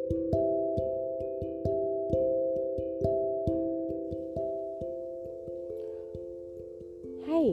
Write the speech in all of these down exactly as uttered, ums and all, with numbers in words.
Hai.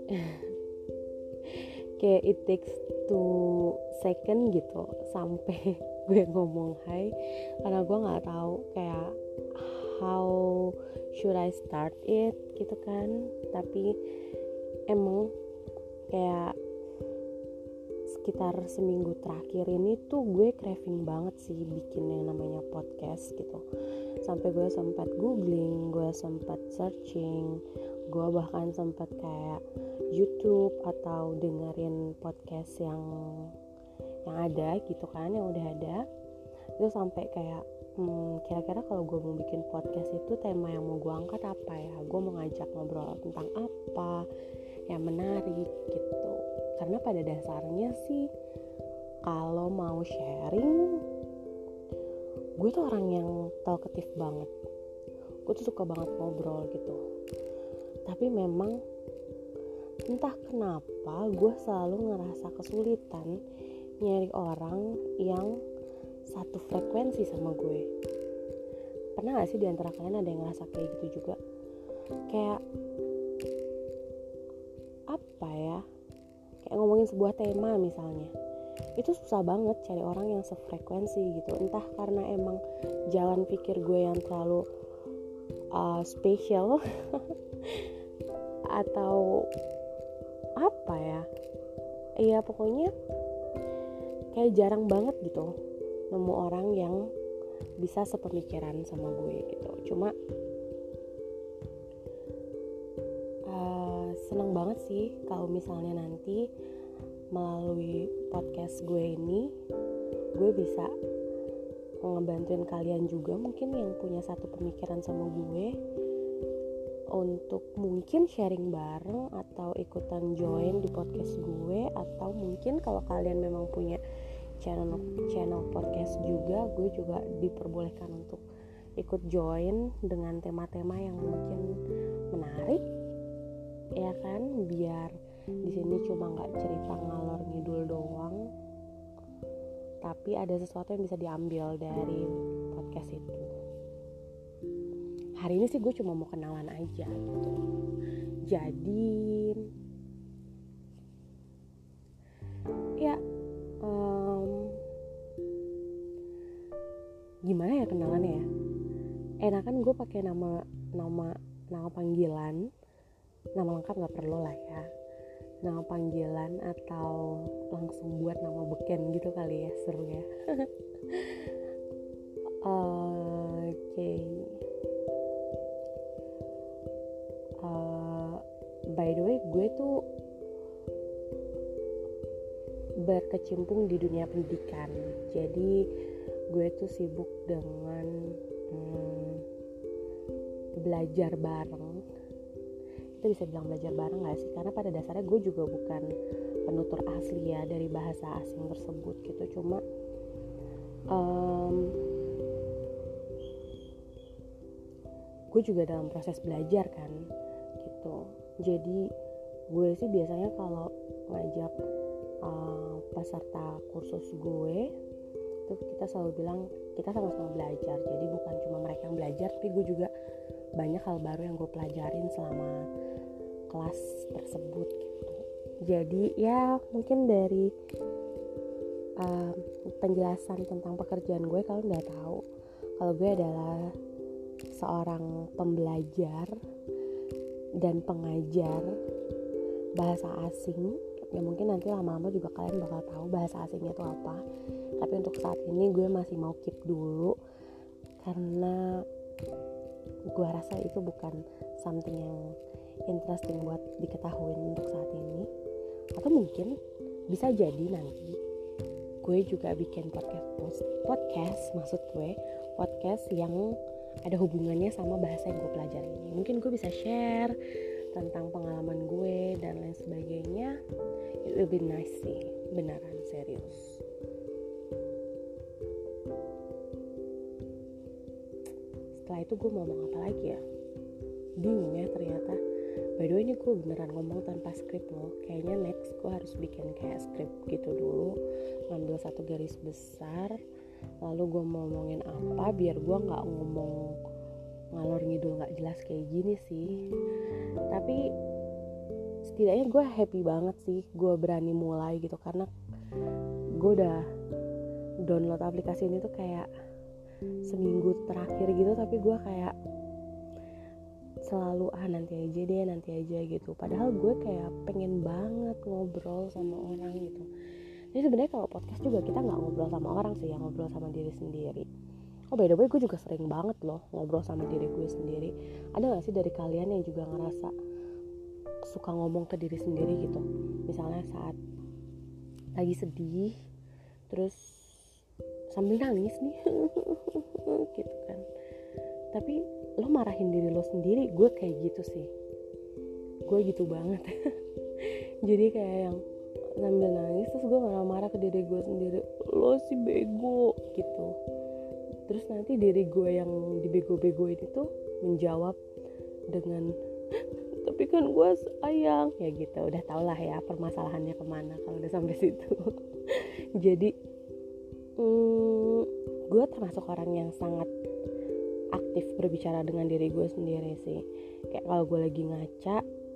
Kayak it takes two second gitu sampai gue ngomong hai, karena gue nggak tahu kayak how should I start it gitu kan. Tapi emang kayak sekitar seminggu terakhir ini tuh gue craving banget sih bikin yang namanya podcast gitu. Sampai gue sempat googling, gue sempat searching, gue bahkan sempat kayak YouTube atau dengerin podcast yang yang ada gitu kan, yang udah ada. Terus sampai kayak hmm, kira-kira kalau gue mau bikin podcast itu tema yang mau gue angkat apa ya, gue mau ngajak ngobrol tentang apa yang menarik gitu. Karena pada dasarnya sih kalau mau sharing, gue tuh orang yang talkative banget. Gue tuh suka banget ngobrol gitu. Tapi memang entah kenapa gue selalu ngerasa kesulitan nyari orang yang satu frekuensi sama gue. Pernah gak sih diantara kalian ada yang ngerasa kayak gitu juga? Kayak apa ya, kayak ngomongin sebuah tema misalnya, itu susah banget cari orang yang sefrekuensi gitu. Entah karena emang jalan pikir gue yang terlalu uh, spesial atau apa ya, iya pokoknya kayak jarang banget gitu nemu orang yang bisa sepemikiran sama gue gitu. Cuma uh, seneng banget sih kalau misalnya nanti melalui podcast gue ini gue bisa ngebantuin kalian juga mungkin yang punya satu pemikiran sama gue untuk mungkin sharing bareng atau ikutan join di podcast gue. Atau mungkin kalau kalian memang punya channel channel podcast juga, gue juga diperbolehkan untuk ikut join dengan tema-tema yang mungkin menarik ya kan, biar di sini cuma nggak cerita ngalor ngidul doang, tapi ada sesuatu yang bisa diambil dari podcast itu. Hari ini sih gue cuma mau kenalan aja gitu. Jadi ya um, gimana ya kenalannya ya? Enakan gue pakai nama nama nama panggilan, nama lengkap nggak perlu lah ya. Nama panggilan atau langsung buat nama beken gitu kali ya, seru ya. Oke. Okay. Uh, by the way, gue tuh berkecimpung di dunia pendidikan. Jadi gue tuh sibuk dengan hmm, belajar bareng. Kita bisa bilang belajar bareng gak sih? Karena pada dasarnya gue juga bukan penutur asli ya dari bahasa asing tersebut gitu. Cuma um, gue juga dalam proses belajar kan gitu. Jadi gue sih biasanya kalau ngajak uh, peserta kursus gue itu kita selalu bilang kita sama-sama belajar. Jadi bukan cuma mereka yang belajar, tapi gue juga banyak hal baru yang gue pelajarin selama kelas tersebut gitu. Jadi ya mungkin dari uh, penjelasan tentang pekerjaan gue, kalian udah tahu kalau gue adalah seorang pembelajar dan pengajar bahasa asing. Ya mungkin nanti lama-lama juga kalian bakal tahu bahasa asingnya itu apa. Tapi untuk saat ini gue masih mau keep dulu karena gue rasa itu bukan something yang interesting buat diketahui untuk saat ini. Atau mungkin bisa jadi nanti gue juga bikin podcast podcast maksud gue podcast yang ada hubungannya sama bahasa yang gue pelajari ini. Mungkin gue bisa share tentang pengalaman gue dan lain sebagainya. It will be nice sih, beneran serius. Setelah itu gue mau ngomong apa lagi ya? Bingung ya ternyata. By the way ini gue beneran ngomong tanpa skrip loh. Kayaknya next gue harus bikin kayak skrip gitu dulu, ngambil satu garis besar, lalu gue mau ngomongin apa biar gue nggak ngomong ngalor ngidul nggak jelas kayak gini sih. Tapi setidaknya gue happy banget sih gue berani mulai gitu, karena gue udah download aplikasi ini tuh kayak seminggu terakhir gitu, tapi gue kayak selalu ah nanti aja deh nanti aja gitu, padahal gue kayak pengen banget ngobrol sama orang gitu. Jadi sebenarnya kalau podcast juga kita nggak ngobrol sama orang sih, yang ngobrol sama diri sendiri. Oh by the way, gue juga sering banget loh ngobrol sama diri gue sendiri. Ada gak sih dari kalian yang juga ngerasa suka ngomong ke diri sendiri gitu? Misalnya saat lagi sedih, terus sambil nangis nih gitu kan, tapi lo marahin diri lo sendiri. Gue kayak gitu sih, gue gitu banget. Jadi kayak yang sambil nangis terus gue marah-marah ke diri gue sendiri, lo sih bego gitu. Terus nanti diri gue yang dibego-begoin itu menjawab dengan tapi kan gue sayang, ya gitu. Udah tau lah ya permasalahannya kemana kalau udah sampai situ. Jadi hmm, gue termasuk orang yang sangat aktif berbicara dengan diri gue sendiri sih. Kayak kalau gue lagi ngaca,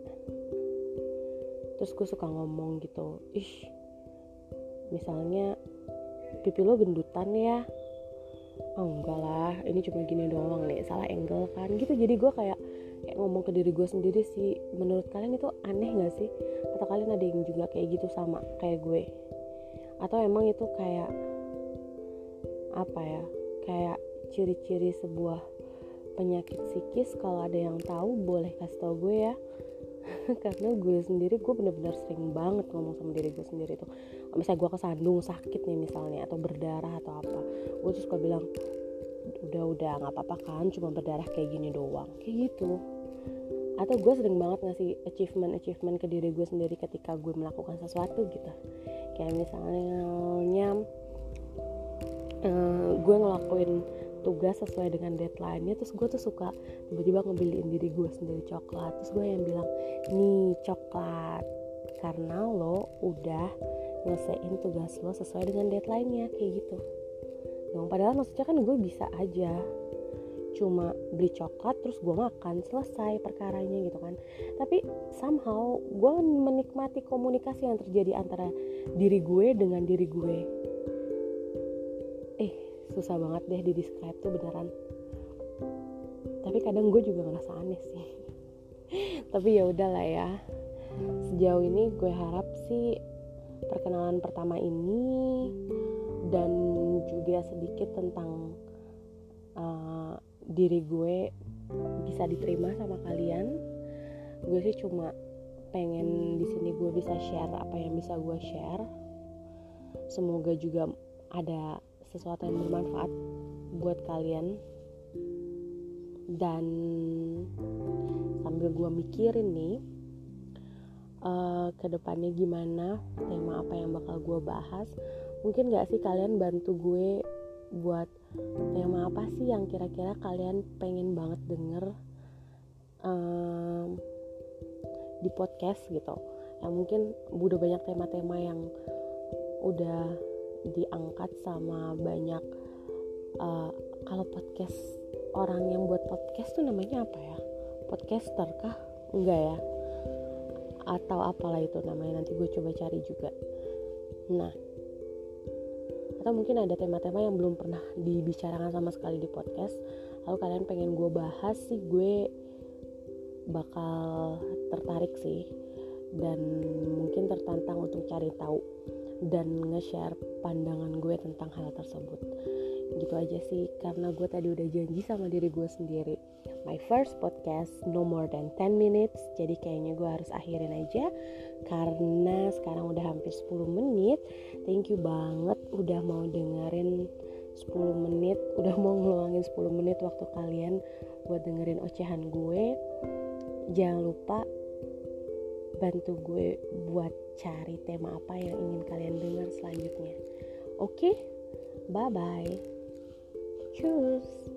terus gue suka ngomong gitu, ih misalnya pipi lo gendutan ya, oh enggak lah ini cuma gini doang nih, salah angle kan gitu. Jadi gue kayak kayak ngomong ke diri gue sendiri sih. Menurut kalian itu aneh gak sih? Atau kalian ada yang juga kayak gitu sama kayak gue? Atau emang itu kayak apa ya, kayak ciri-ciri sebuah penyakit psikis? Kalau ada yang tahu boleh kasih tau gue ya. Karena gue sendiri, gue benar-benar sering banget ngomong sama diri gue sendiri tuh. Misalnya gue kesandung sakit nih misalnya, atau berdarah atau apa, gue tuh suka bilang udah-udah gak apa-apa kan, cuma berdarah kayak gini doang, kayak gitu. Atau gue sering banget ngasih achievement-achievement ke diri gue sendiri ketika gue melakukan sesuatu gitu. Kayak misalnya uh, gue ngelakuin tugas sesuai dengan deadline-nya, terus gue tuh suka tiba-tiba ngebeliin diri gue sendiri coklat. Terus gue yang bilang, nih coklat karena lo udah nyelesain tugas lo sesuai dengan deadline-nya, kayak gitu dong. Padahal maksudnya kan gue bisa aja cuma beli coklat terus gue makan, selesai perkaranya gitu kan. Tapi somehow gue menikmati komunikasi yang terjadi antara diri gue dengan diri gue. Eh susah banget deh di describe tuh beneran. Tapi kadang gue juga ngerasa aneh sih. Tapi ya udahlah ya. Sejauh ini gue harap sih perkenalan pertama ini dan juga sedikit tentang uh, diri gue bisa diterima sama kalian. Gue sih cuma pengen di sini gue bisa share apa yang bisa gue share. Semoga juga ada sesuatu yang bermanfaat buat kalian. Dan sambil gue mikirin nih uh, kedepannya gimana, tema apa yang bakal gue bahas, mungkin gak sih kalian bantu gue buat tema apa sih yang kira-kira kalian pengen banget denger um, di podcast gitu. Yang mungkin udah banyak tema-tema yang udah diangkat sama banyak uh, kalau podcast, orang yang buat podcast tuh namanya apa ya, podcaster kah? Enggak ya, atau apalah itu namanya, nanti gue coba cari juga. Nah, atau mungkin ada tema-tema yang belum pernah dibicarakan sama sekali di podcast, lalu kalian pengen gue bahas sih, gue bakal tertarik sih, dan mungkin tertantang untuk cari tahu dan nge-share pandangan gue tentang hal tersebut. Gitu aja sih, karena gue tadi udah janji sama diri gue sendiri, my first podcast no more than ten minutes. Jadi kayaknya gue harus akhirin aja karena sekarang udah hampir sepuluh menit. Thank you banget udah mau dengerin sepuluh menit, udah mau ngeluangin sepuluh menit waktu kalian buat dengerin ocehan gue. Jangan lupa bantu gue buat cari tema apa yang ingin kalian dengar selanjutnya. Oke, okay? Bye bye. Tschüss.